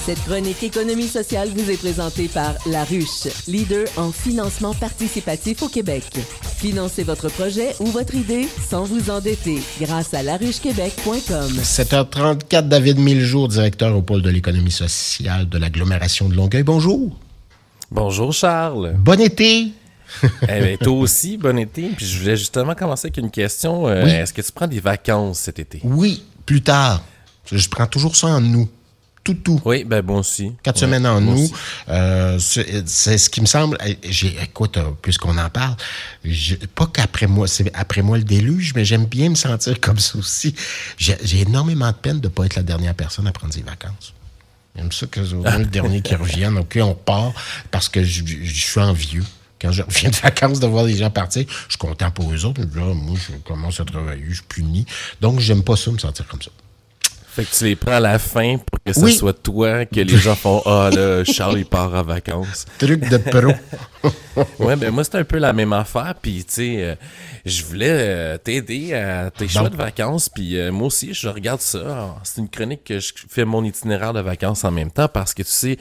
Cette chronique économie sociale vous est présentée par La Ruche, leader en financement participatif au Québec. Financez votre projet ou votre idée sans vous endetter grâce à laruchequebec.com. 7h34, David Miljour, directeur au pôle de l'économie sociale de l'agglomération de Longueuil. Bonjour. Bonjour Charles. Bon été. Eh bien, toi aussi, bon été. Puis je voulais justement commencer avec une question. Oui. Est-ce que tu prends des vacances cet été? Oui, plus tard. Je prends toujours ça en août. Tout. Oui, ben moi aussi. 4 semaines en août. Aussi. C'est ce qui me semble. Écoute, puisqu'on en parle, pas qu'après moi, c'est après moi le déluge, mais j'aime bien me sentir comme ça aussi. J'ai énormément de peine de ne pas être la dernière personne à prendre des vacances. J'aime ça que le dernier qui revienne. OK, on part parce que je suis envieux. Quand je reviens de vacances, de voir les gens partir, je suis content pour eux autres. Mais là, moi, je commence à travailler, je suis puni. Donc, j'aime pas ça, me sentir comme ça. Fait que tu les prends à la fin pour que ce soit toi, que les gens font « Ah là, Charles, il part en vacances. » Truc de pro. Ouais, ben moi, c'est un peu la même affaire. Puis, tu sais, je voulais t'aider à tes choix de vacances. Puis, moi aussi, je regarde ça. C'est une chronique que je fais mon itinéraire de vacances en même temps parce que, tu sais,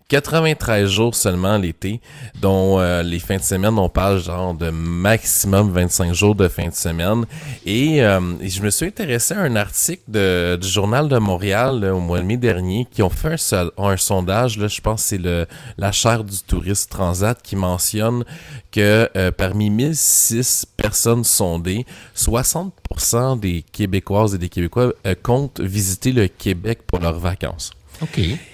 93 jours seulement l'été, dont les fins de semaine, on parle genre de maximum 25 jours de fin de semaine. Et je me suis intéressé à un article du Journal de Montréal là, au mois de mai dernier qui ont fait un sondage, là, je pense que c'est la chaire du tourisme Transat qui mentionne que parmi 1006 personnes sondées, 60% des Québécoises et des Québécois comptent visiter le Québec pour leurs vacances. OK.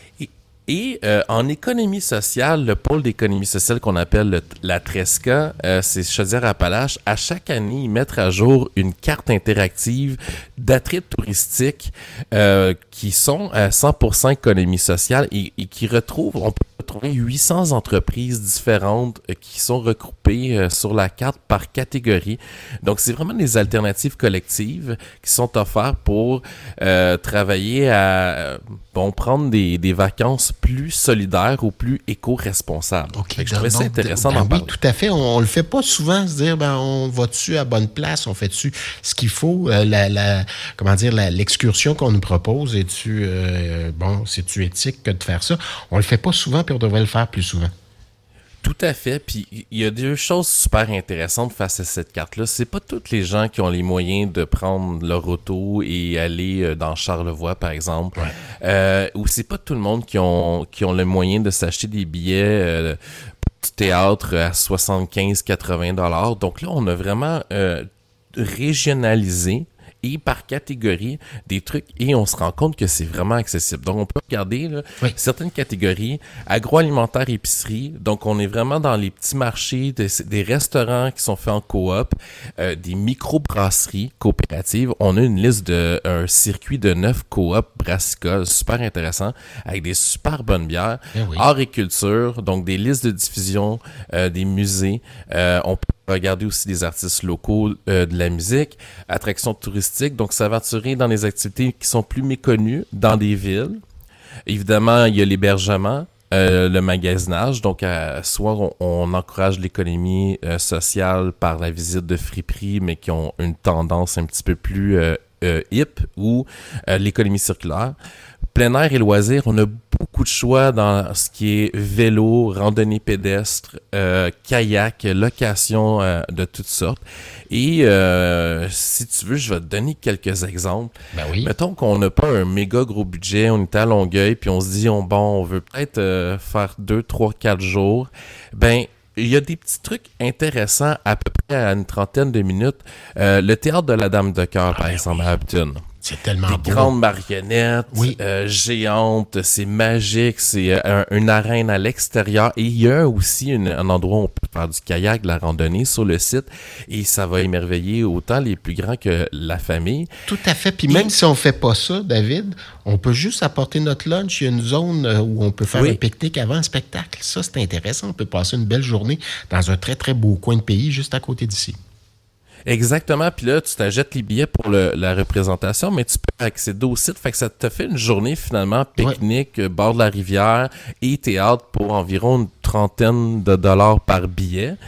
Et en économie sociale, le pôle d'économie sociale qu'on appelle la Tresca, c'est Chaudière-Appalaches, à chaque année, ils mettent à jour une carte interactive d'attraits touristiques qui sont à 100% économie sociale et qui on peut retrouver 800 entreprises différentes qui sont regroupées sur la carte par catégorie. Donc, c'est vraiment des alternatives collectives qui sont offertes pour travailler à prendre des vacances plus solidaires ou plus éco-responsables. OK. Je trouvais ça intéressant d'en parler. Oui, tout à fait. On le fait pas souvent, se dire, on va-tu à bonne place, on fait-tu ce qu'il faut, l'excursion qu'on nous propose, c'est-tu éthique que de faire ça? On le fait pas souvent, puis on devrait le faire plus souvent. Tout à fait. Puis il y a deux choses super intéressantes face à cette carte-là. C'est pas tous les gens qui ont les moyens de prendre leur auto et aller dans Charlevoix, par exemple. Ouais. Ou c'est pas tout le monde qui ont le moyen de s'acheter des billets du théâtre à 75-80 $. Donc là, on a vraiment régionalisé et par catégorie des trucs et on se rend compte que c'est vraiment accessible. Donc, on peut regarder là, certaines catégories, agroalimentaire, épicerie. Donc, on est vraiment dans les petits marchés, des restaurants qui sont faits en coop, des micro-brasseries coopératives. On a une liste un circuit de 9 coop brassicoles super intéressant avec des super bonnes bières. Art et culture, donc des listes de diffusion, des musées. On peut regarder aussi des artistes locaux, de la musique, attractions touristiques, donc s'aventurer dans des activités qui sont plus méconnues dans des villes. Évidemment, il y a l'hébergement, le magasinage, donc soit on encourage l'économie sociale par la visite de friperies, mais qui ont une tendance un petit peu plus hip, ou l'économie circulaire. Plein air et loisirs, on a beaucoup de choix dans ce qui est vélo, randonnée pédestre, kayak, location de toutes sortes. Et si tu veux, je vais te donner quelques exemples. Ben oui. Mettons qu'on n'a pas un méga gros budget, on est à Longueuil, puis on se dit, on veut peut-être faire 2, 3, 4 jours. Ben, il y a des petits trucs intéressants à peu près à une trentaine de minutes. Le théâtre de la Dame de Cœur, par exemple, à Upton. C'est tellement beau. Des grandes marionnettes géantes, c'est magique, c'est une arène à l'extérieur. Et il y a aussi un endroit où on peut faire du kayak, de la randonnée sur le site. Et ça va émerveiller autant les plus grands que la famille. Tout à fait. Puis même si on fait pas ça, David, on peut juste apporter notre lunch. Il y a une zone où on peut faire un pique-nique avant un spectacle. Ça, c'est intéressant. On peut passer une belle journée dans un très, très beau coin de pays juste à côté d'ici. Exactement, puis là, tu t'achètes les billets pour la représentation, mais tu peux accéder au site, fait que ça te fait une journée finalement pique-nique, bord de la rivière et théâtre pour environ une trentaine de dollars par billet.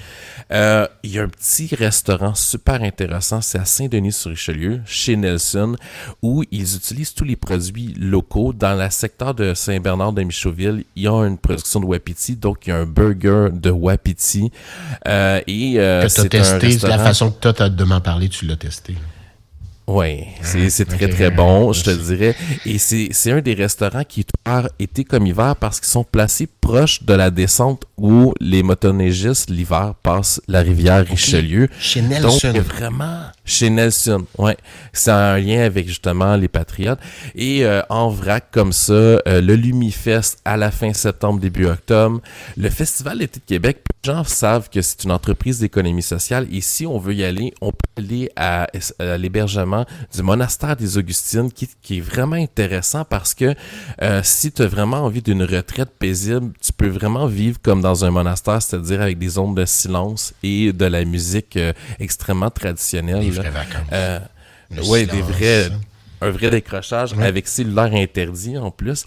Il y a un petit restaurant super intéressant, c'est à Saint-Denis-sur-Richelieu, chez Nelson, où ils utilisent tous les produits locaux. Dans le secteur de Saint-Bernard-de-Michauville, il y a une production de wapiti, donc il y a un burger de wapiti. Que tu as testé, la façon que tu as de m'en parler, tu l'as testé. Oui, c'est très, très bon, je te dirais. Et c'est un des restaurants qui est ouvert été comme hiver parce qu'ils sont placés proches de la descente où les motoneigistes, l'hiver, passent la rivière Richelieu. Chez Nelson. Donc, vraiment, chez Nelson, ouais. C'est un lien avec, justement, les Patriotes. Et en vrac, comme ça, le Lumifest à la fin septembre, début octobre. Le Festival d'été de Québec, peu de gens savent que c'est une entreprise d'économie sociale. Et si on veut y aller, on peut aller à l'hébergement du monastère des Augustines qui est vraiment intéressant parce que si tu as vraiment envie d'une retraite paisible, tu peux vraiment vivre comme dans un monastère, c'est-à-dire avec des zones de silence et de la musique extrêmement traditionnelle. Des vraies vacances. Oui, un vrai décrochage avec cellulaire interdit en plus.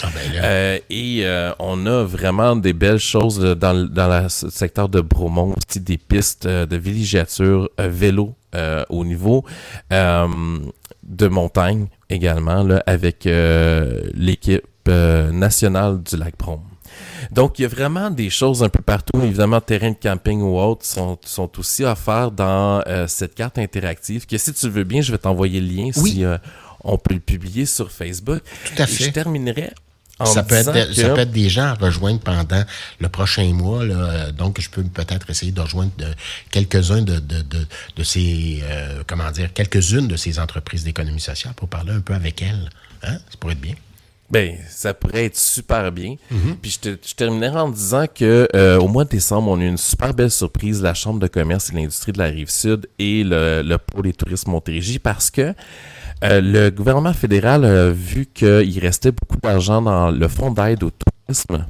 On a vraiment des belles choses dans le secteur de Bromont, aussi des pistes de villégiature, vélo au niveau de montagne également, là, avec l'équipe nationale du lac Brome. Donc, il y a vraiment des choses un peu partout. Évidemment, terrain de camping ou autres sont aussi offerts dans cette carte interactive que si tu veux bien, je vais t'envoyer le lien si on peut le publier sur Facebook. Tout à fait. Et je terminerai ça peut être des gens à rejoindre pendant le prochain mois. Là. Donc, je peux peut-être essayer de rejoindre quelques-uns de ces, quelques-unes de ces entreprises d'économie sociale pour parler un peu avec elles. Hein? Ça pourrait être bien. Ben, ça pourrait être super bien. Mm-hmm. Puis je terminerai en disant que au mois de décembre, on a eu une super belle surprise, la Chambre de commerce et de l'industrie de la Rive-Sud et le pôle des tourismes Montérégie, parce que le gouvernement fédéral a vu qu'il restait beaucoup d'argent dans le fonds d'aide au tourisme.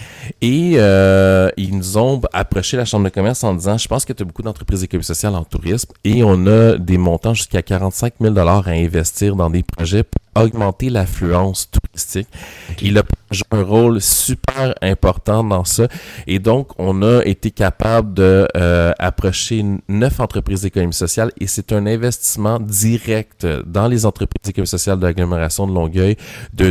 Et ils nous ont approché la Chambre de commerce en disant « Je pense que tu as beaucoup d'entreprises d'économie sociale en tourisme et on a des montants jusqu'à 45 000 $ à investir dans des projets pour augmenter l'affluence touristique. » Il a joué un rôle super important dans ça. Et donc, on a été capable de approcher 9 entreprises d'économie sociale et c'est un investissement direct dans les entreprises d'économie sociale de l'agglomération de Longueuil de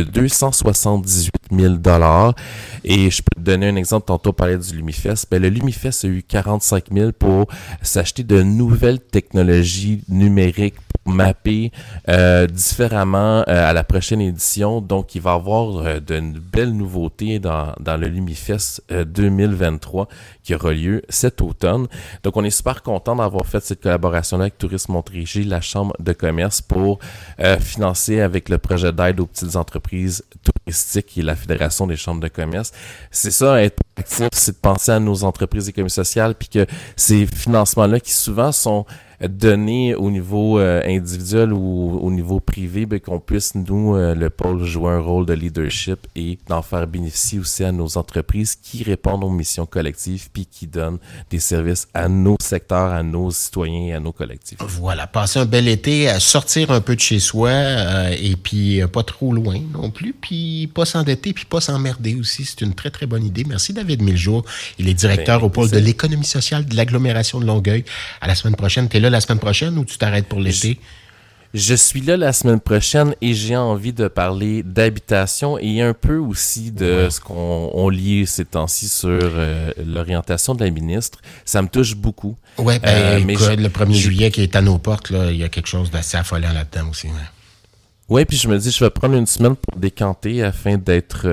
278 000 $. Et je peux te donner un exemple, tantôt on parlait du Lumifest. Ben, le Lumifest a eu 45 000 pour s'acheter de nouvelles technologies numériques pour mapper différemment à la prochaine édition. Donc, il va y avoir de belles nouveautés dans le Lumifest 2023 qui aura lieu cet automne. Donc, on est super content d'avoir fait cette collaboration-là avec Tourisme Montérégie, la Chambre de commerce, pour financer avec le projet d'aide aux petites entreprises touristiques et la Fédération des chambres de commerce. C'est ça, être actif, c'est de penser à nos entreprises d'économie sociale, puis que ces financements-là qui souvent sont donnés au niveau individuel ou au niveau privé, ben, qu'on puisse, nous, le pôle, jouer un rôle de leadership et d'en faire bénéficier aussi à nos entreprises qui répondent aux missions collectives puis qui donnent des services à nos secteurs, à nos citoyens et à nos collectifs. Voilà, passer un bel été, sortir un peu de chez soi et puis pas trop loin non plus, puis pas s'endetter puis pas s'emmerder aussi. C'est une très, très bonne idée. Merci David Miljour. Il est directeur au pôle de l'économie sociale de l'agglomération de Longueuil. À la semaine prochaine. T'es là la semaine prochaine ou tu t'arrêtes pour l'été? Je suis là la semaine prochaine et j'ai envie de parler d'habitation et un peu aussi de ce qu'on lit ces temps-ci sur l'orientation de la ministre. Ça me touche beaucoup. Oui, mais le 1er juillet qui est à nos portes, là, il y a quelque chose d'assez affolant là-dedans aussi. Ouais. Oui, puis je me dis, je vais prendre une semaine pour décanter afin d'être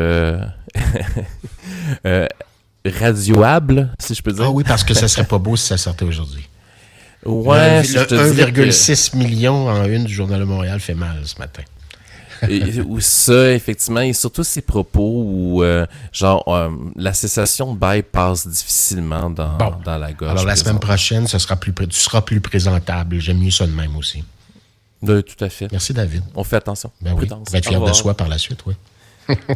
radioable, si je peux dire. Ah oui, parce que ça serait pas beau si ça sortait aujourd'hui. Ouais, le 1,6 million en une du Journal de Montréal fait mal ce matin. Ou ça, effectivement, et surtout ces propos où, la cessation de bail passe difficilement dans la gorge. Alors, la semaine prochaine, tu seras plus présentable. J'aime mieux ça de même aussi. Tout à fait. Merci, David. On fait attention. Ben oui, on va être fier de soi par la suite, oui.